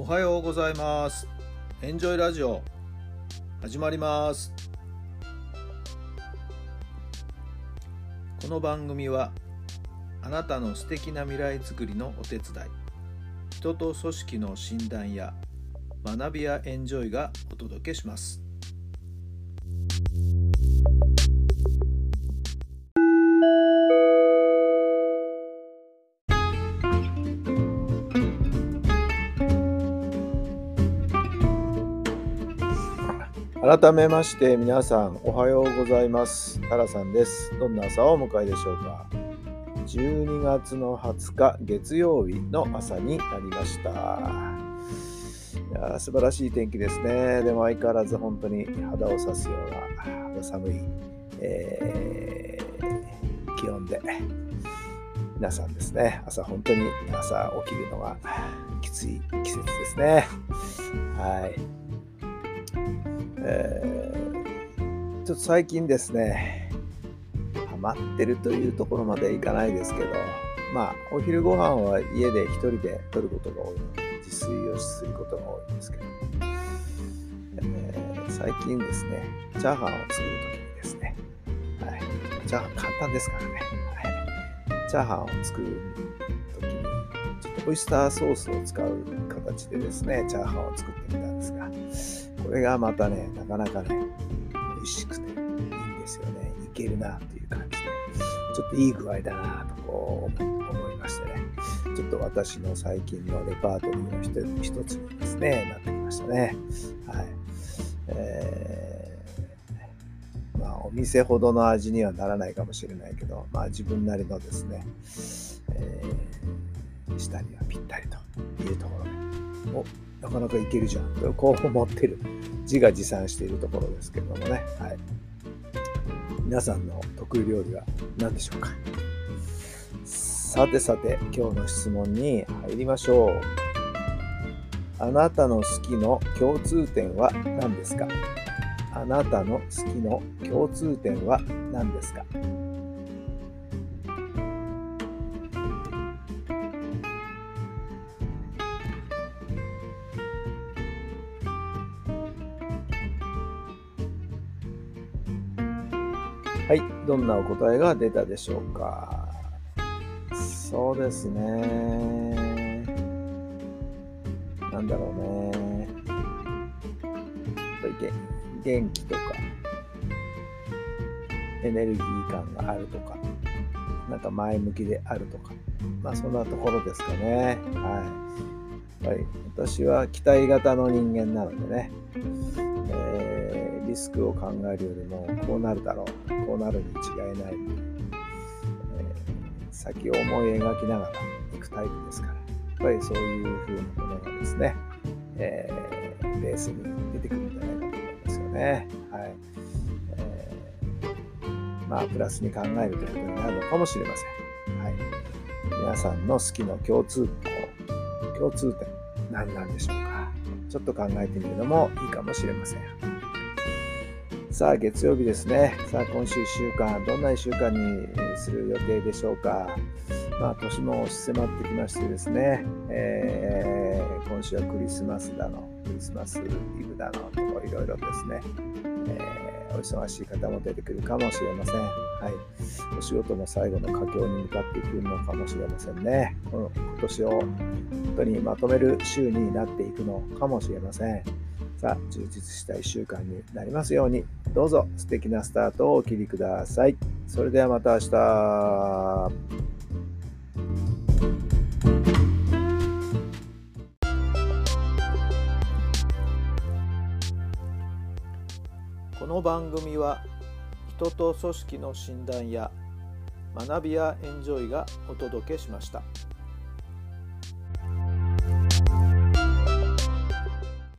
おはようございます。エンジョイラジオ始まります。この番組はあなたの素敵な未来づくりのお手伝い、人と組織の診断や学びやエンジョイがお届けします。改めまして皆さんおはようございます。タラさんです。どんな朝をお迎えでしょうか。12月の20日月曜日の朝になりました。いや素晴らしい天気ですね。でも相変わらず本当に肌を刺すような肌寒い、気温で皆さんですね、朝本当に朝起きるのがきつい季節ですね。はい。ちょっと最近ですね、ハマってるというところまではいかないですけど、お昼ご飯は家で一人で取ることが多いので自炊をすることが多いんですけど、最近ですね、チャーハンを作るときにですね、チャーハン簡単ですからね、チャーハンを作るときにちょっとオイスターソースを使う形でですね、チャーハンを作ってみたんですが、これがまたね、なかなかね、美味しくていいんですよね。いけるなという感じで、ちょっといい具合だなと思いましてね、ちょっと私の最近のレパートリーの一つにですね、なってきましたね。はい。お店ほどの味にはならないかもしれないけど、自分なりのですね、舌にはぴったりというところで、なかなかいけるじゃんとこう思ってる、自画自賛しているところですけれどもね。はい。皆さんの得意料理は何でしょうか。さて今日の質問に入りましょう。あなたの好きの共通点は何ですか。あなたの好きの共通点は何ですか。はい、どんなお答えが出たでしょうか。そうですね。なんだろうね。やっぱり元気とかエネルギー感があるとか、なんか前向きであるとか、そんなところですかね。はい。やっぱり私は期待型の人間なのでね、リスクを考えるよりもこうなるだろう、こうなるに違いない、先を思い描きながら行くタイプですから、やっぱりそういう風なものがですね、ベースに出てくるんじゃないかと思いますよね。はい。プラスに考えるということになるのかもしれません。はい。皆さんの好きの共通点何なんでしょうか。ちょっと考えてみるのもいいかもしれません。さあ月曜日ですね。さあ今週1週間どんな1週間にする予定でしょうか。年も押し迫ってきましてですね、今週はクリスマスイブだのといろいろですね、お忙しい方も出てくるかもしれません。はい。お仕事も最後の佳境に向かっていくのかもしれませんね。今年を本当にまとめる週になっていくのかもしれません。さあ充実した1週間になりますように、どうぞ素敵なスタートをお切りください。それではまた明日。この番組は人と組織の診断や学びやエンジョイがお届けしました。